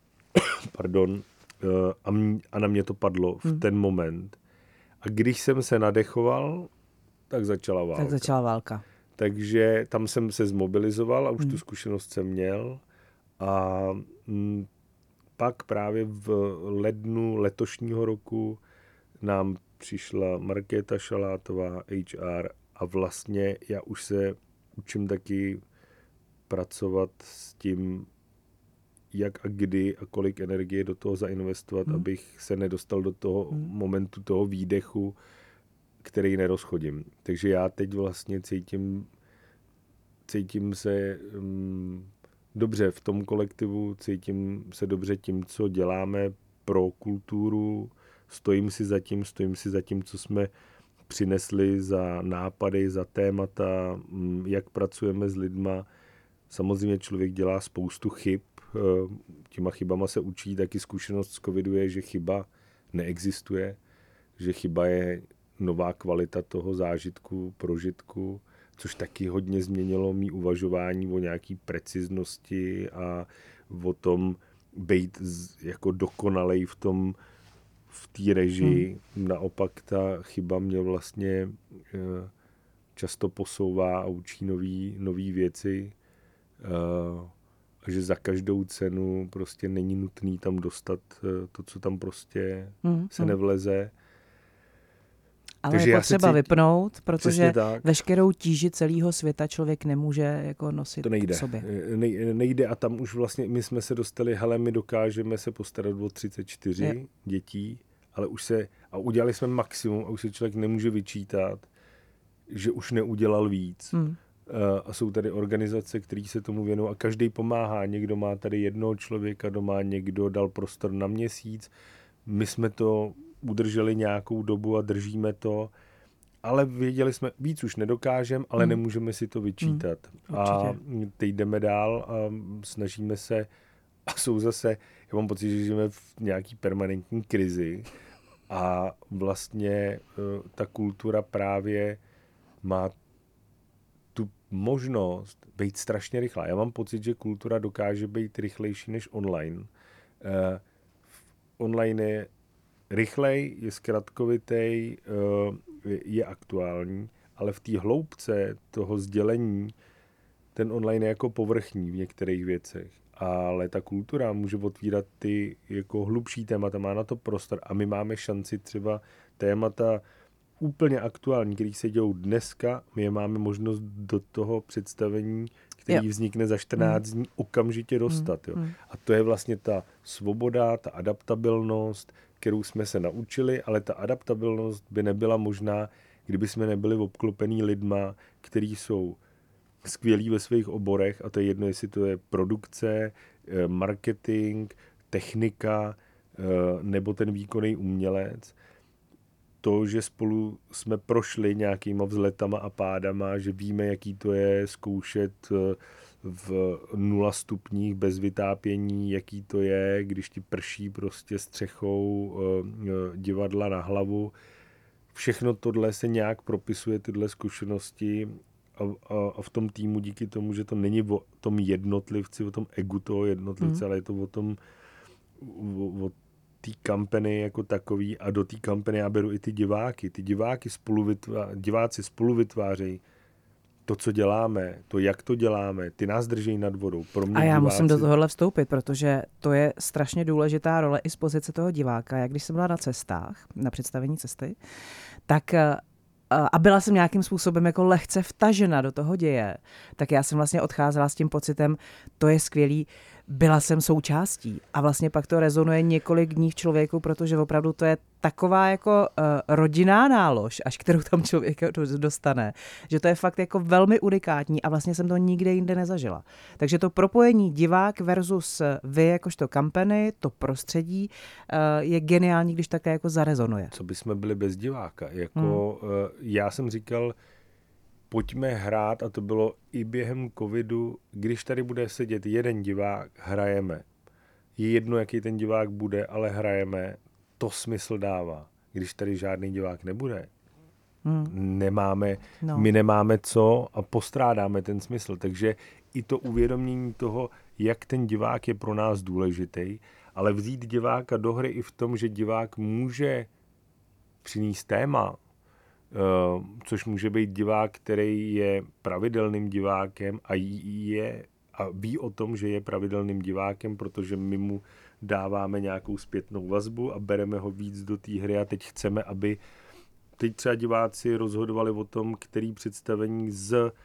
pardon, a, mě, a na mě to padlo v hmm. ten moment. A když jsem se nadechoval, tak začala válka. Tak začala válka. Takže tam jsem se zmobilizoval a už hmm. tu zkušenost jsem měl. A m, pak právě v lednu letošního roku nám přišla Markéta Šalátová, H R, a vlastně já už se učím taky pracovat s tím, jak a kdy a kolik energie do toho zainvestovat, hmm. abych se nedostal do toho hmm. momentu toho výdechu, který nerozchodím. Takže já teď vlastně cítím, cítím se um, dobře v tom kolektivu, cítím se dobře tím, co děláme pro kulturu, stojím si za tím, stojím si za tím, co jsme přinesli za nápady, za témata, jak pracujeme s lidma. Samozřejmě člověk dělá spoustu chyb, těma chybama se učí, taky zkušenost z covidu je, že chyba neexistuje, že chyba je nová kvalita toho zážitku, prožitku, což taky hodně změnilo mý uvažování o nějaký preciznosti a o tom být jako dokonalej v tom, v té režii. Hmm. Naopak ta chyba mě vlastně často posouvá a učí nový, nový věci. A že za každou cenu prostě není nutný tam dostat to, co tam prostě hmm. se nevleze. Ale takže je potřeba cít... vypnout, protože veškerou tíži celého světa člověk nemůže jako nosit to nejde. V sobě. Ne, nejde a tam už vlastně my jsme se dostali, hele, my dokážeme se postarat o třicet čtyři je. dětí, ale už se, a udělali jsme maximum a už se člověk nemůže vyčítat, že už neudělal víc. Hmm. a jsou tady organizace, které se tomu věnují a každý pomáhá. Někdo má tady jednoho člověka doma, někdo dal prostor na měsíc. My jsme to udrželi nějakou dobu a držíme to, ale věděli jsme, víc už nedokážeme, ale hmm. nemůžeme si to vyčítat. Hmm. A teď jdeme dál a snažíme se, a jsou zase, já mám pocit, že žijeme v nějaký permanentní krizi a vlastně ta kultura právě má tu možnost být strašně rychlá. Já mám pocit, že kultura dokáže být rychlejší než online. Uh, online je rychlej, je zkratkovitej, uh, je, je aktuální, ale v té hloubce toho sdělení ten online je jako povrchní v některých věcech. Ale ta kultura může otvírat ty jako hlubší témata, má na to prostor a my máme šanci třeba témata úplně aktuální, který se dějou dneska, my je máme možnost do toho představení, který jo. vznikne za čtrnáct dní, mm. okamžitě dostat. Jo. Mm. A to je vlastně ta svoboda, ta adaptabilnost, kterou jsme se naučili, ale ta adaptabilnost by nebyla možná, kdyby jsme nebyli obklopení lidma, kteří jsou skvělí ve svých oborech, a to je jedno, jestli to je produkce, marketing, technika nebo ten výkonný umělec. To, že spolu jsme prošli nějakýma vzletama a pádama, že víme, jaký to je zkoušet v nula stupních bez vytápění, jaký to je, když ti prší prostě střechou divadla na hlavu. Všechno tohle se nějak propisuje, tyhle zkušenosti a, a, a v tom týmu díky tomu, že to není o tom jednotlivci, o tom egu toho jednotlivce, hmm. ale je to o tom o, o té kampany jako takový a do té kampany já beru i ty diváky. Ty diváky spolu vytvá, diváci spolu vytvářejí to, co děláme, to, jak to děláme, ty nás drží nad vodou. Pro mě a já diváci... musím do tohohle vstoupit, protože to je strašně důležitá role i z pozice toho diváka. Jak když jsem byla na cestách, na představení cesty, tak a byla jsem nějakým způsobem jako lehce vtažena do toho děje, tak já jsem vlastně odcházela s tím pocitem, to je skvělý, byla jsem součástí a vlastně pak to rezonuje několik dní v člověku, protože opravdu to je taková jako uh, rodinná nálož, až kterou tam člověk dostane, že to je fakt jako velmi unikátní a vlastně jsem to nikde jinde nezažila. Takže to propojení divák versus vy jakožto kampany, to prostředí uh, je geniální, když také jako zarezonuje. Co bychom byli bez diváka? Jako, hmm. uh, já jsem říkal, pojďme hrát, a to bylo i během covidu, když tady bude sedět jeden divák, hrajeme. Je jedno, jaký ten divák bude, ale hrajeme, to smysl dává. Když tady žádný divák nebude, hmm. nemáme, no. my nemáme co a postrádáme ten smysl. Takže i to uvědomění toho, jak ten divák je pro nás důležitý, ale vzít diváka do hry i v tom, že divák může přinést téma, Uh, což může být divák, který je pravidelným divákem a je a ví o tom, že je pravidelným divákem, protože my mu dáváme nějakou zpětnou vazbu a bereme ho víc do té hry a teď chceme, aby teď třeba diváci rozhodovali o tom, který představení z uh,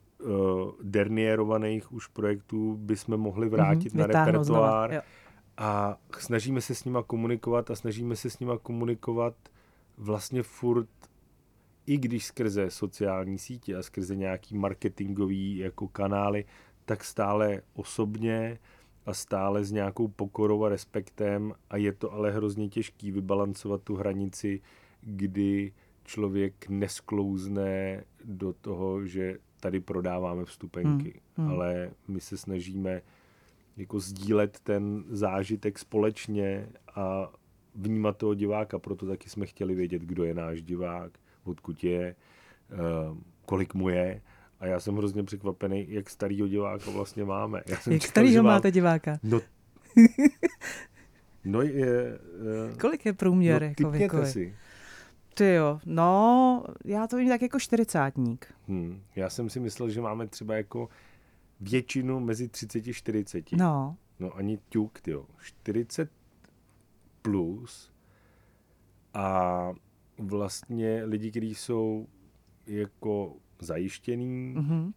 derniérovaných už projektů bychom mohli vrátit mm-hmm, na repertoár a snažíme se s nima komunikovat a snažíme se s nima komunikovat vlastně furt, i když skrze sociální sítě a skrze nějaký marketingový jako kanály, tak stále osobně a stále s nějakou pokorou a respektem a je to ale hrozně těžký vybalancovat tu hranici, kdy člověk nesklouzne do toho, že tady prodáváme vstupenky, hmm, hmm. ale my se snažíme jako sdílet ten zážitek společně a vnímat toho diváka, proto taky jsme chtěli vědět, kdo je náš divák, odkud je, kolik mu je. A já jsem hrozně překvapený, jak starýho diváka vlastně máme. Já jsem jak starýho mám... máte diváka? No, no je... Kolik je průměr? No, jako typněte si. Ty jo, no, já to vidím tak jako čtyřicátník. Hmm, já jsem si myslel, že máme třeba jako většinu mezi třicet a čtyřicet. No. No ani ťuk, tyjo. čtyřicet plus a vlastně lidi, kteří jsou jako zajištěný. Mm-hmm.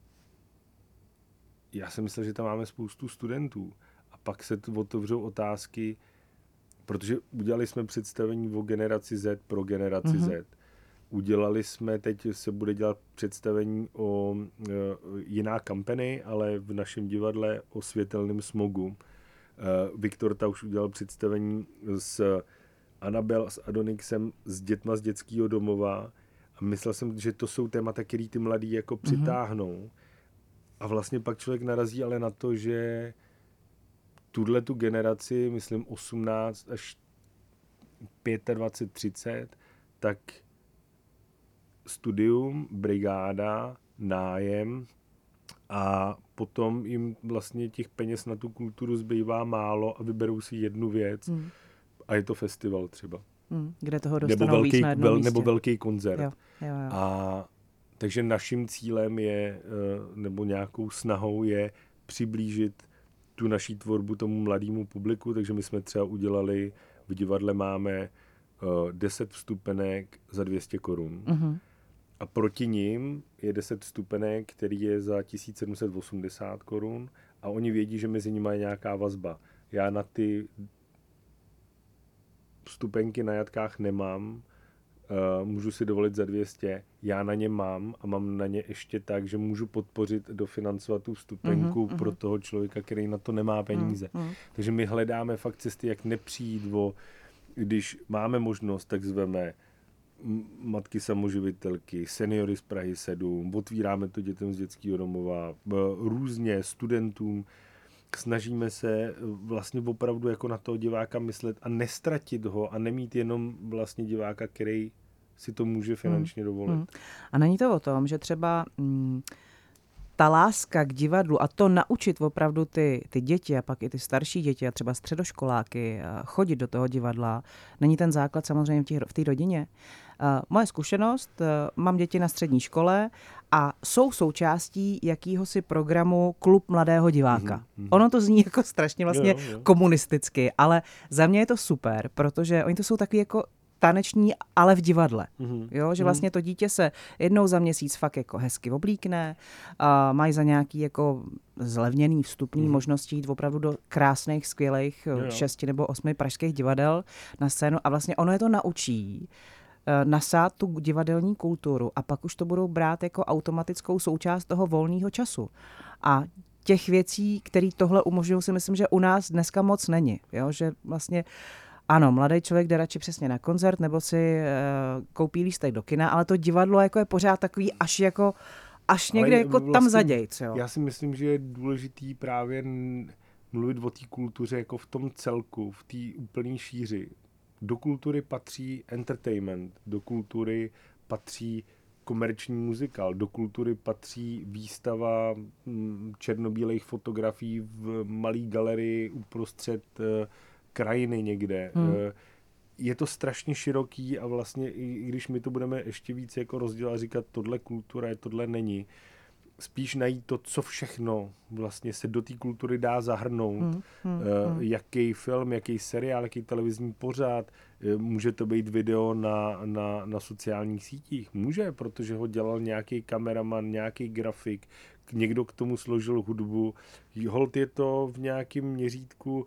Já jsem myslel, že tam máme spoustu studentů. A pak se tu otevřou otázky, protože udělali jsme představení o generaci Z pro generaci mm-hmm. Z. Udělali jsme, teď se bude dělat představení o e, jiná kampany, ale v našem divadle o světelném smogu. E, Viktor ta už udělal představení s Anabel a s Adonixem s dětma z dětského domova a myslel jsem, že to jsou témata, který ty mladí jako přitáhnou. Mm-hmm. A vlastně pak člověk narazí ale na to, že tuhle tu generaci, myslím osmnáct až dvacet pět třicet, tak studium, brigáda, nájem a potom jim vlastně těch peněz na tu kulturu zbývá málo a vyberou si jednu věc hmm. a je to festival třeba. Hmm. Kde toho dostanou nebo velký, víc na jednom vel, místě. Nebo velký koncert. Jo, jo, jo. A takže naším cílem je, nebo nějakou snahou je přiblížit tu naší tvorbu tomu mladému publiku, takže my jsme třeba udělali, v divadle máme deset vstupenek za dvě stě korun. Mm-hmm. A proti ním je deset vstupenek, který je za tisíc sedm set osmdesát korun a oni vědí, že mezi nimi je nějaká vazba. Já na ty vstupenky na jatkách nemám, uh, můžu si dovolit za dvě stě, já na ně mám a mám na ně ještě tak, že můžu podpořit, dofinancovat tu vstupenku mm-hmm. pro toho člověka, který na to nemá peníze. Mm-hmm. Takže my hledáme fakt cesty, jak nepřijít o, když máme možnost, tak zveme matky samoživitelky, seniory z Prahy sedm, otvíráme to dětem z dětského domova, různě studentům, snažíme se vlastně opravdu jako na toho diváka myslet a nestratit ho a nemít jenom vlastně diváka, který si to může finančně dovolit. Hmm. A není to o tom, že třeba mm, ta láska k divadlu a to naučit opravdu ty, ty děti a pak i ty starší děti a třeba středoškoláky chodit do toho divadla, není ten základ samozřejmě v té rodině. Uh, moje zkušenost, uh, mám děti na střední škole a jsou součástí jakýhosi programu Klub mladého diváka. Mm-hmm. Ono to zní jako strašně vlastně jo, jo. komunisticky, ale za mě je to super, protože oni to jsou takový jako taneční, ale v divadle. Mm-hmm. Jo, že vlastně to dítě se jednou za měsíc fakt jako hezky oblíkne, a mají za nějaký jako zlevněný vstupný mm-hmm. možnosti jít opravdu do krásných, skvělých jo, jo. šesti nebo osmi pražských divadel na scénu a vlastně ono je to naučí nasát tu divadelní kulturu a pak už to budou brát jako automatickou součást toho volného času. A těch věcí, které tohle umožňují, si myslím, že u nás dneska moc není. Jo? Že vlastně ano, mladý člověk jde radši přesně na koncert nebo si uh, koupí lístek do kina, ale to divadlo jako je pořád takový až jako až někde ale jako vlastně, tam zadějc. Jo? Já si myslím, že je důležitý právě mluvit o té kultuře jako v tom celku, v té úplné šíři. Do kultury patří entertainment, do kultury patří komerční muzikál, do kultury patří výstava černobílých fotografií v malé galerii uprostřed uh, krajiny někde. Hmm. Uh, je to strašně široký a vlastně i když my to budeme ještě víc jako rozdělat a říkat, tohle kultura je, tohle není, spíš najít to, co všechno vlastně se do té kultury dá zahrnout. Hmm, hmm, uh, hmm. Jaký film, jaký seriál, jaký televizní pořad. Uh, může to být video na, na, na sociálních sítích. Může, protože ho dělal nějaký kameraman, nějaký grafik, někdo k tomu složil hudbu. Holt je to v nějakém měřítku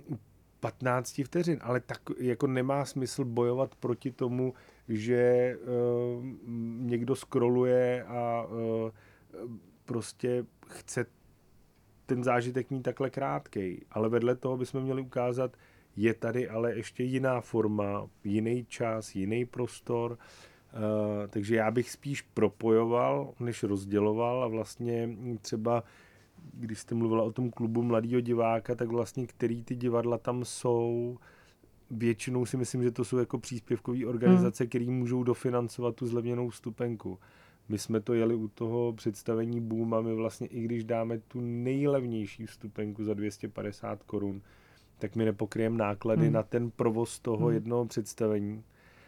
patnáct vteřin, ale tak jako nemá smysl bojovat proti tomu, že uh, někdo scrolluje a uh, prostě chce ten zážitek mít takhle krátkej. Ale vedle toho bychom měli ukázat, je tady ale ještě jiná forma, jiný čas, jiný prostor. Uh, takže já bych spíš propojoval, než rozděloval a vlastně třeba, když jste mluvila o tom klubu mladého diváka, tak vlastně který ty divadla tam jsou, většinou si myslím, že to jsou jako příspěvkové organizace, hmm. které můžou dofinancovat tu zlevněnou vstupenku. My jsme to jeli u toho představení Boom a my vlastně, i když dáme tu nejlevnější vstupenku za dvě stě padesát korun, tak my nepokryjeme náklady hmm. na ten provoz toho hmm. jednoho představení.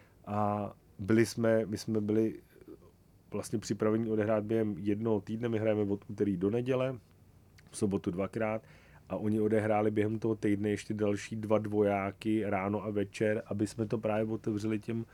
A byli jsme, my jsme byli vlastně připraveni odehrát během jednoho týdne, my hrajeme od úterý do neděle, v sobotu dvakrát, a oni odehráli během toho týdne ještě další dva dvojáky ráno a večer, aby jsme to právě otevřeli těm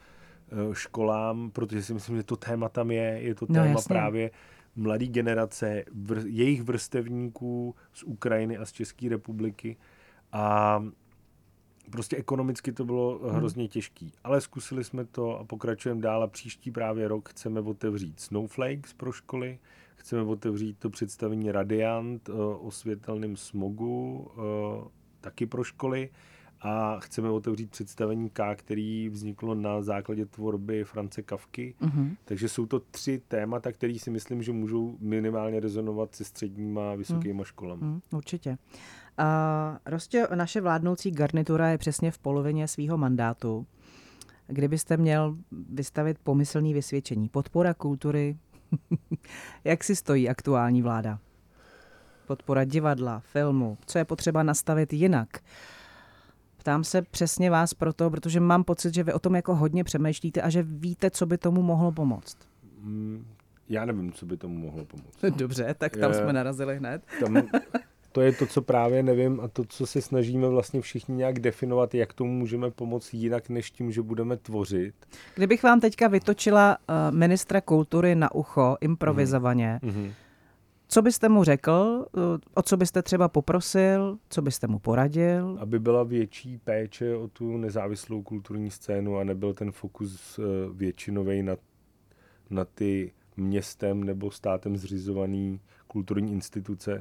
školám, protože si myslím, že to téma tam je, je to téma no, právě mladý generace, vr, jejich vrstevníků z Ukrajiny a z České republiky a prostě ekonomicky to bylo Hmm. hrozně těžký. Ale zkusili jsme to a pokračujeme dál a příští právě rok chceme otevřít Snowflakes pro školy, chceme otevřít to představení Radiant o světelném smogu, taky pro školy. A chceme otevřít představení K, který vzniklo na základě tvorby France Kafky. Mm-hmm. Takže jsou to tři témata, které si myslím, že můžou minimálně rezonovat se středníma a vysokýma mm. školami. Mm, určitě. Uh, Rostě, naše vládnoucí garnitura je přesně v polovině svého mandátu. Kdybyste měl vystavit pomyslný vysvědčení, podpora kultury, jak si stojí aktuální vláda? Podpora divadla, filmu, co je potřeba nastavit jinak? Ptám se přesně vás proto, protože mám pocit, že vy o tom jako hodně přemýšlíte a že víte, co by tomu mohlo pomoct. Mm, já nevím, co by tomu mohlo pomoct. Dobře, tak tam je, jsme narazili hned. Tam, to je to, co právě nevím a to, co se snažíme vlastně všichni nějak definovat, jak tomu můžeme pomoct jinak, než tím, že budeme tvořit. Kdybych vám teďka vytočila uh, ministra kultury na ucho improvizovaně, mm-hmm. co byste mu řekl, o co byste třeba poprosil, co byste mu poradil? Aby byla větší péče o tu nezávislou kulturní scénu a nebyl ten fokus většinový na, na ty městem nebo státem zřizovaný kulturní instituce.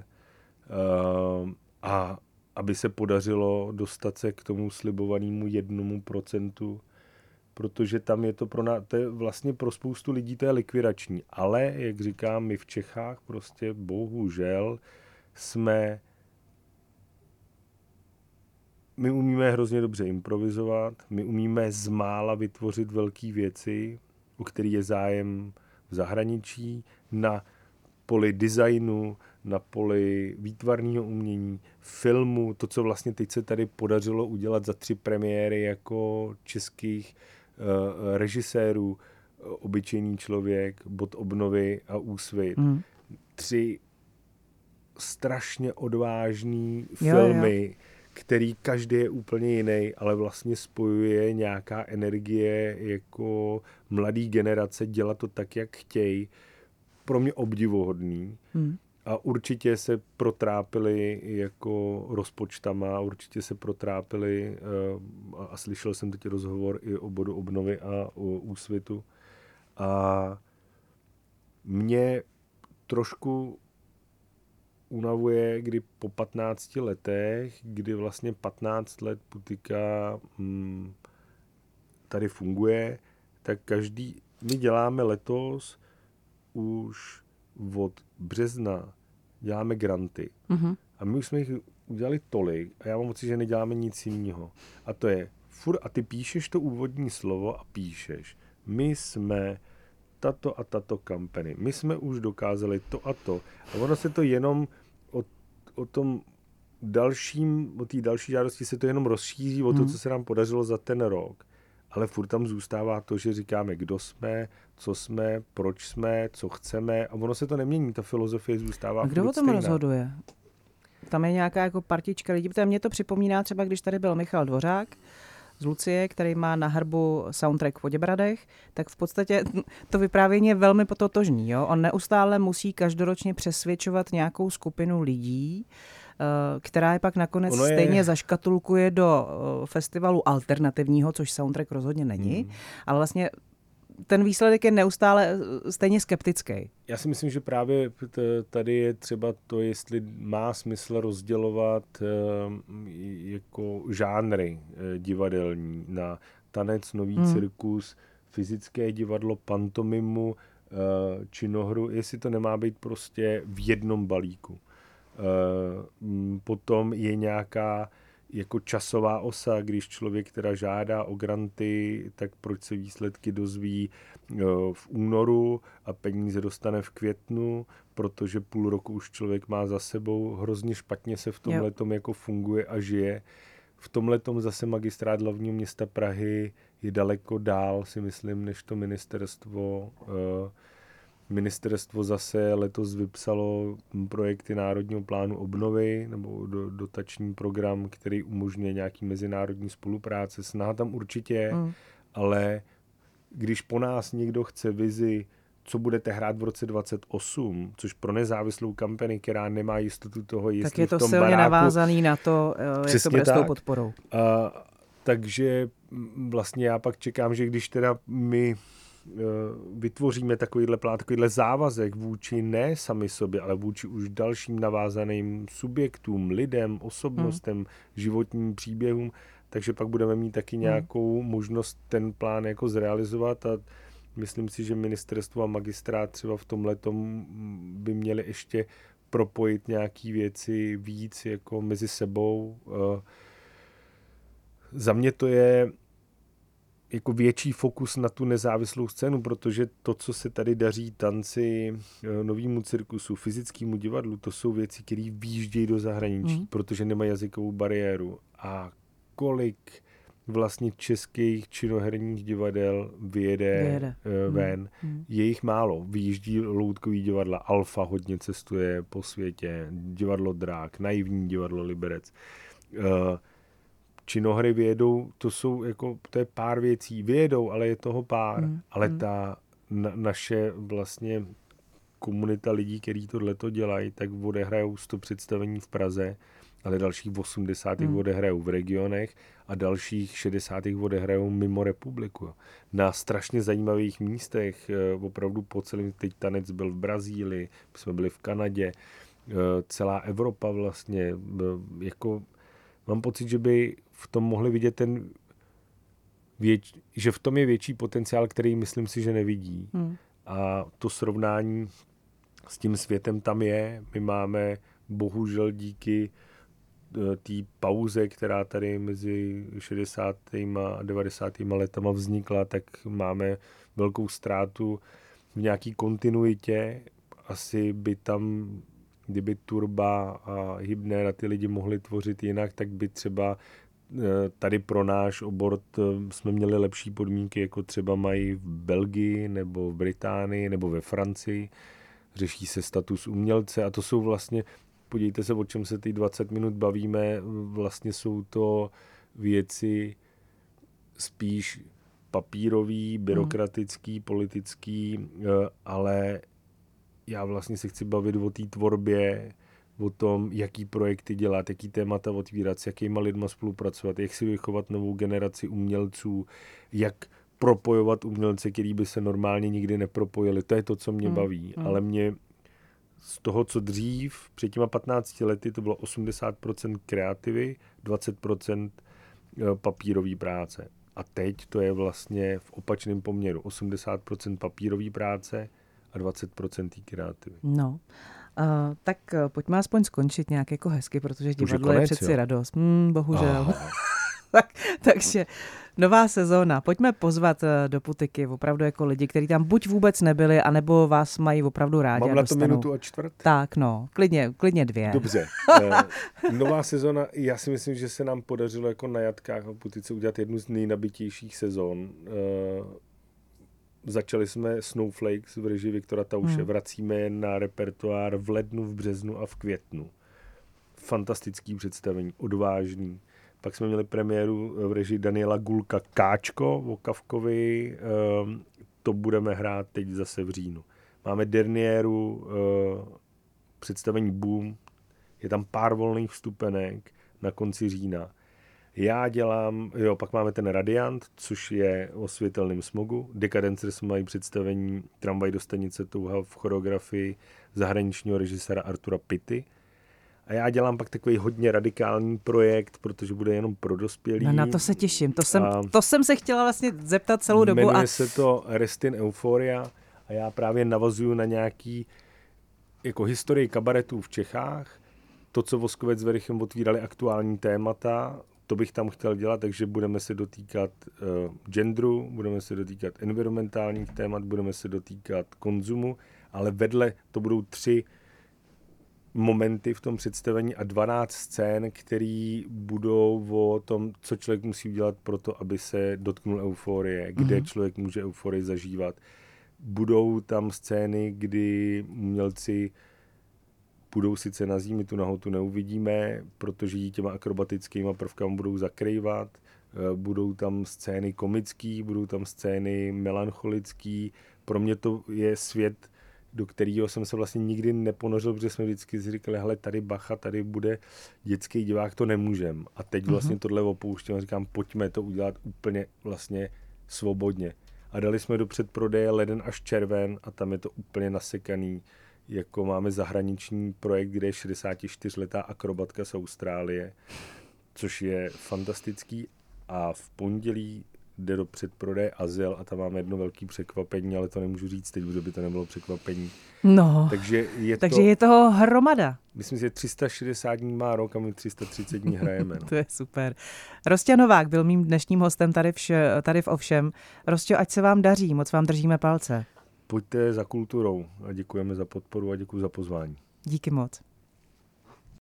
A aby se podařilo dostat se k tomu slibovanému jednomu procentu, protože tam je to pro nás, to je vlastně pro spoustu lidí to je likvidační. Ale, jak říkám, my v Čechách prostě bohužel jsme, my umíme hrozně dobře improvizovat, my umíme z mála vytvořit velké věci, o který je zájem v zahraničí, na poli designu, na poli výtvarného umění, filmu, to, co vlastně teď se tady podařilo udělat za tři premiéry jako českých uh, režisérů, Obyčejný člověk, Bod obnovy a Úsvit. Mm. Tři strašně odvážný filmy, jo, jo. který každý je úplně jiný, ale vlastně spojuje nějaká energie jako mladý generace dělat to tak, jak chtějí. Pro mě obdivuhodný. Hmm. A určitě se protrápili jako rozpočtama, určitě se protrápili uh, a slyšel jsem teď rozhovor i o Bodu obnovy a o Úsvitu. A mě trošku unavuje, kdy po patnácti letech, kdy vlastně patnáct let Putika hm, tady funguje, tak každý, my děláme letos už od března děláme granty. Mm-hmm. A my už jsme jich udělali tolik a já mám pocit, že neděláme nic jiného. A to je furt, a ty píšeš to úvodní slovo a píšeš. My jsme tato a tato company. My jsme už dokázali to a to. A ono se to jenom o, o tom dalším, o té další žádosti se to jenom rozšíří o to, mm. co se nám podařilo za ten rok. Ale furt tam zůstává to, že říkáme, kdo jsme, co jsme, proč jsme, co chceme a ono se to nemění, ta filozofie zůstává. A kdo o tom stejná. Rozhoduje? Tam je nějaká jako partička lidí, protože mě to připomíná třeba, když tady byl Michal Dvořák z Lucie, který má na hrbu soundtrack v Poděbradech, tak v podstatě to vyprávění je velmi totožný. Jo? On neustále musí každoročně přesvědčovat nějakou skupinu lidí, která je pak nakonec je... stejně zaškatulkuje do festivalu alternativního, což soundtrack rozhodně není, hmm. ale vlastně ten výsledek je neustále stejně skeptický. Já si myslím, že právě tady je třeba to, jestli má smysl rozdělovat jako žánry divadelní na tanec, nový hmm. cirkus, fyzické divadlo, pantomimu, činohru, jestli to nemá být prostě v jednom balíku. Potom je nějaká jako časová osa, když člověk teda žádá o granty, tak proč se výsledky dozví v únoru a peníze dostane v květnu, protože půl roku už člověk má za sebou, hrozně špatně se v tomhletom jako funguje a žije. V tomhletom zase magistrát hlavního města Prahy je daleko dál, si myslím, než to ministerstvo. Ministerstvo zase letos vypsalo projekty Národního plánu obnovy nebo do, dotační program, který umožňuje nějaký mezinárodní spolupráce. Snaha tam určitě je, mm. ale když po nás někdo chce vizi, co budete hrát v roce dvacet osm, což pro nezávislou kampani, která nemá jistotu toho, jestli tak je to v tom silně baráku, navázaný na to, jak to bude s tou podporou. A takže vlastně já pak čekám, že když teda my vytvoříme takovýhle plán, takovýhle závazek vůči ne sami sobě, ale vůči už dalším navázaným subjektům, lidem, osobnostem, hmm. životním příběhům, takže pak budeme mít taky nějakou hmm. možnost ten plán jako zrealizovat a myslím si, že ministerstvo a magistrát třeba v tomhletom by měli ještě propojit nějaký věci víc jako mezi sebou. Za mě to je jako větší fokus na tu nezávislou scénu, protože to, co se tady daří tanci, novýmu cirkusu, fyzickému divadlu, to jsou věci, které výjíždějí do zahraničí, mm. protože nemají jazykovou bariéru. A kolik vlastně českých činoherních divadel vyjede, vyjede. ven. Mm. Je jich málo. Vyjíždí loutkový divadla, Alfa hodně cestuje po světě, divadlo Drák, Naivní divadlo Liberec. Činohry vyjedou, to jsou jako, to je pár věcí, vyjedou, ale je toho pár, mm. ale mm. ta na, naše vlastně komunita lidí, kteří tohleto dělají, tak odehrajou sto představení v Praze, ale dalších osmdesát mm. odehrajou v regionech a dalších šedesát odehrajou mimo republiku. Na strašně zajímavých místech, opravdu po celém, teď tanec byl v Brazílii, my jsme byli v Kanadě, celá Evropa vlastně, jako mám pocit, že by v tom mohli vidět ten věč, že v tom je větší potenciál, který myslím si, že nevidí. Hmm. A to srovnání s tím světem tam je. My máme bohužel díky té pauze, která tady mezi šedesátými a devadesátými letama vznikla, tak máme velkou ztrátu v nějaký kontinuitě. Asi by tam, kdyby Turba a Hybner a ty lidi mohli tvořit jinak, tak by třeba tady pro náš obor jsme měli lepší podmínky, jako třeba mají v Belgii nebo v Británii nebo ve Francii. Řeší se status umělce a to jsou vlastně, podívejte se, o čem se teď dvacet minut bavíme, vlastně jsou to věci spíš papírový, byrokratický, politický, ale já vlastně se chci bavit o té tvorbě, o tom, jaký projekty dělat, jaký témata otvírat, s jakýma lidma spolupracovat, jak si vychovat novou generaci umělců, jak propojovat umělce, který by se normálně nikdy nepropojili. To je to, co mě hmm. baví. Hmm. Ale mě z toho, co dřív, před těma patnácti lety, to bylo osmdesát procent kreativy, dvacet procent papírový práce. A teď to je vlastně v opačném poměru. osmdesát procent papírový práce a dvacet procent kreativy. No, uh, tak uh, pojďme aspoň skončit nějak jako hezky, protože divadlo je, konec, je přeci jo. radost. Hmm, bohužel. Oh. tak, takže nová sezóna. Pojďme pozvat uh, do Putiky opravdu jako lidi, kteří tam buď vůbec nebyli, anebo vás mají opravdu rádi. Mám a na dostanou. to minutu a čtvrt? Tak no, klidně, klidně dvě. Dobře. Uh, nová sezóna, já si myslím, že se nám podařilo jako na Jatkách a Putice udělat jednu z nejnabitějších sezón. Uh, Začali jsme Snowflakes v režii Viktora Tauše, hmm. vracíme je na repertoár v lednu, v březnu a v květnu. Fantastický představení, odvážný. Pak jsme měli premiéru v režii Daniela Gulka Káčko o Kafkovi, um, to budeme hrát teď zase v říjnu. Máme derniéru, uh, představení Boom, je tam pár volných vstupenek na konci října. Já dělám, jo, pak máme ten Radiant, což je o světelném smogu. Decadencers mají představení Tramvaj do stanice touha v choreografii zahraničního režiséra Artura Pitty. A já dělám pak takový hodně radikální projekt, protože bude jenom pro dospělí. No na to se těším. To jsem, to jsem se chtěla vlastně zeptat celou dobu. Jmenuje a... se to Rest in Euphoria a já právě navazuju na nějaký jako historii kabaretů v Čechách. To, co Voskovec s Verichem otvírali aktuální témata, to bych tam chtěl dělat, takže budeme se dotýkat uh, genderu, budeme se dotýkat environmentálních témat, budeme se dotýkat konzumu, ale vedle to budou tři momenty v tom představení a dvanáct scén, které budou o tom, co člověk musí udělat pro to, aby se dotknul euforie, kde mm-hmm. člověk může euforii zažívat. Budou tam scény, kdy umělci budou sice na zí, my tu nahotu neuvidíme, protože ji těma akrobatickýma prvkama budou zakrývat. Budou tam scény komický, budou tam scény melancholický. Pro mě to je svět do kterého jsem se vlastně nikdy neponořil, protože jsme vždycky si říkali, hele, tady bacha, tady bude dětský divák, to nemůžem. A teď vlastně mm-hmm. tohle opouštím a říkám, pojďme to udělat úplně vlastně svobodně. A dali jsme do předprodeje leden až červen a tam je to úplně nasekaný. Jako máme zahraniční projekt, kde je šedesátičtyřletá akrobatka z Austrálie, což je fantastický. A v pondělí jde do předprodeje Azyl a tam máme jedno velké překvapení, ale to nemůžu říct teď, protože by to nebylo překvapení. No, takže je, takže to, je toho hromada. Myslím si, že tři sta šedesát dní má rok a my tři sta třicet dní hrajeme. No. To je super. Rostě Novák byl mým dnešním hostem tady v, tady v Ovšem. Rostě, ať se vám daří, moc vám držíme palce. Pojďte za kulturou a děkujeme za podporu a děkuji za pozvání. Díky moc.